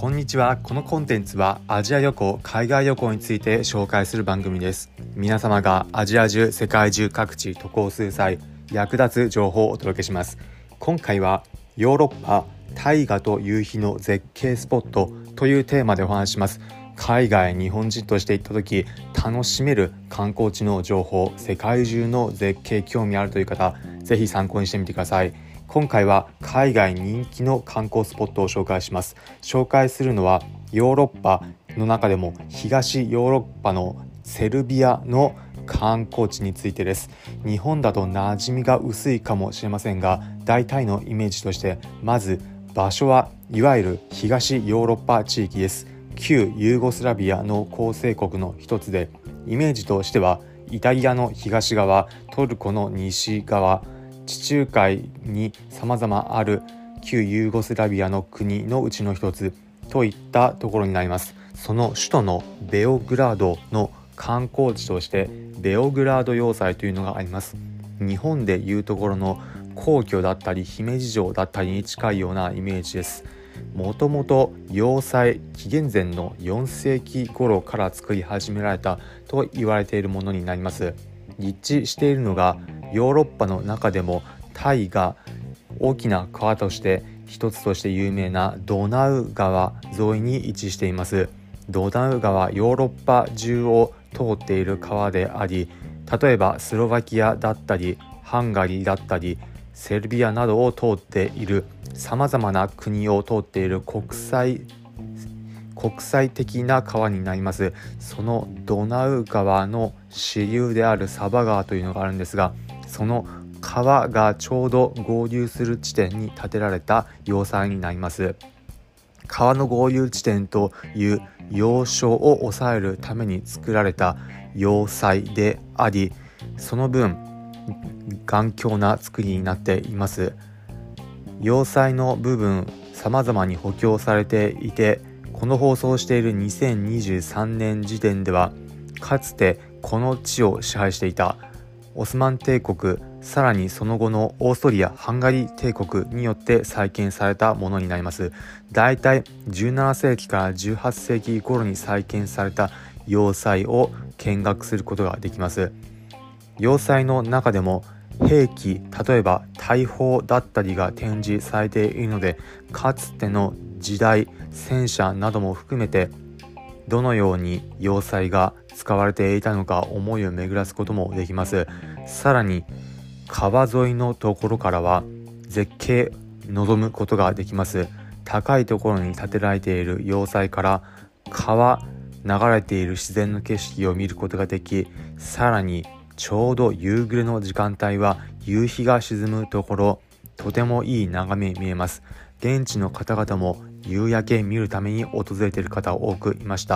こんにちは。このコンテンツはアジア旅行、海外旅行について紹介する番組です。皆様がアジア中、世界中各地渡航する際、役立つ情報をお届けします。今回はヨーロッパ、大河と夕日の絶景スポットというテーマでお話します。海外日本人として行った時楽しめる観光地の情報、世界中の絶景興味あるという方、ぜひ参考にしてみてください。今回は海外人気の観光スポットを紹介します。紹介するのはヨーロッパの中でも東ヨーロッパのセルビアの観光地についてです。日本だと馴染みが薄いかもしれませんが、大体のイメージとしてまず場所はいわゆる東ヨーロッパ地域です。旧ユーゴスラビアの構成国の一つで、イメージとしてはイタリアの東側、トルコの西側、地中海に様々ある旧ユーゴスラビアの国のうちの一つといったところになります。その首都のベオグラードの観光地としてベオグラード要塞というのがあります。日本でいうところの皇居だったり姫路城だったりに近いようなイメージです。もともと要塞、紀元前の4世紀頃から作り始められたと言われているものになります。立地しているのがヨーロッパの中でも大河、大きな川として一つとして有名なドナウ川沿いに位置しています。ドナウ川、ヨーロッパ中を通っている川であり、例えばスロバキアだったりハンガリーだったりセルビアなどを通っている、さまざまな国を通っている国際的な川になります。そのドナウ川の支流であるサバ川というのがあるんですが、その川がちょうど合流する地点に建てられた要塞になります。川の合流地点という要衝を抑えるために作られた要塞であり、その分頑強な作りになっています。要塞の部分様々に補強されていて、この放送している2023年時点ではかつてこの地を支配していたオスマン帝国、さらにその後のオーストリア・ハンガリー帝国によって再建されたものになります。だいたい17世紀から18世紀頃に再建された要塞を見学することができます。要塞の中でも兵器、例えば大砲だったりが展示されているので、かつての時代、戦車なども含めてどのように要塞が使われていたのか思いを巡らすこともできます。さらに川沿いのところからは絶景望むことができます。高いところに建てられている要塞から川、流れている自然の景色を見ることができ、さらにちょうど夕暮れの時間帯は夕日が沈むところ、とてもいい眺め見えます。現地の方々も夕焼け見るために訪れている方多くいました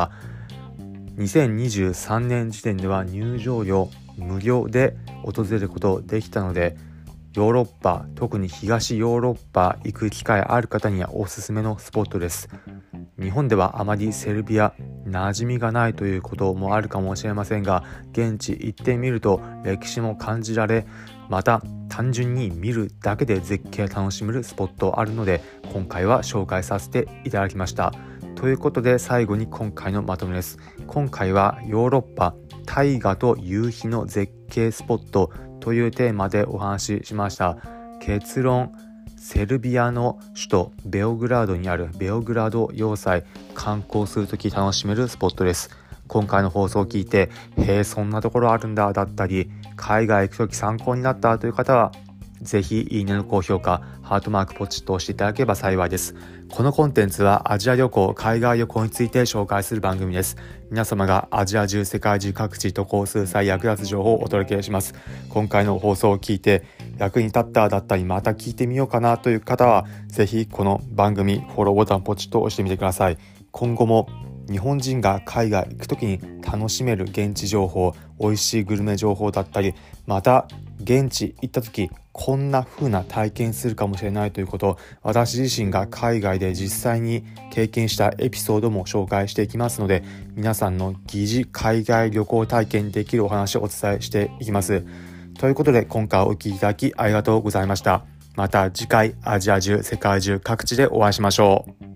。2023年時点では入場料無料で訪れることできたので、ヨーロッパ、特に東ヨーロッパ行く機会ある方にはおすすめのスポットです。日本ではあまりセルビア馴染みがないということもあるかもしれませんが、現地行ってみると歴史も感じられ、また単純に見るだけで絶景を楽しめるスポットあるので、今回は紹介させていただきました。ということで最後に今回のまとめです。今回はヨーロッパ、大河と夕日の絶景スポットというテーマでお話ししました。結論、セルビアの首都ベオグラードにあるベオグラード要塞、観光するとき楽しめるスポットです。今回の放送を聞いて、そんなところあるんだだったり、海外行くとき参考になったという方は、ぜひいいねの高評価、ハートマークポチッと押していただければ幸いです。このコンテンツはアジア旅行、海外旅行について紹介する番組です。皆様がアジア中、世界中各地渡航する際役立つ情報をお届けします。今回の放送を聞いて役に立っただったり、また聞いてみようかなという方は、ぜひこの番組フォローボタンポチッと押してみてください。今後も日本人が海外行くときに楽しめる現地情報、美味しいグルメ情報だったり、また現地行ったときこんな風な体験するかもしれないということ、私自身が海外で実際に経験したエピソードも紹介していきますので、皆さんの疑似海外旅行体験できるお話をお伝えしていきます。ということで今回お聞きいただきありがとうございました。また次回アジア中、世界中各地でお会いしましょう。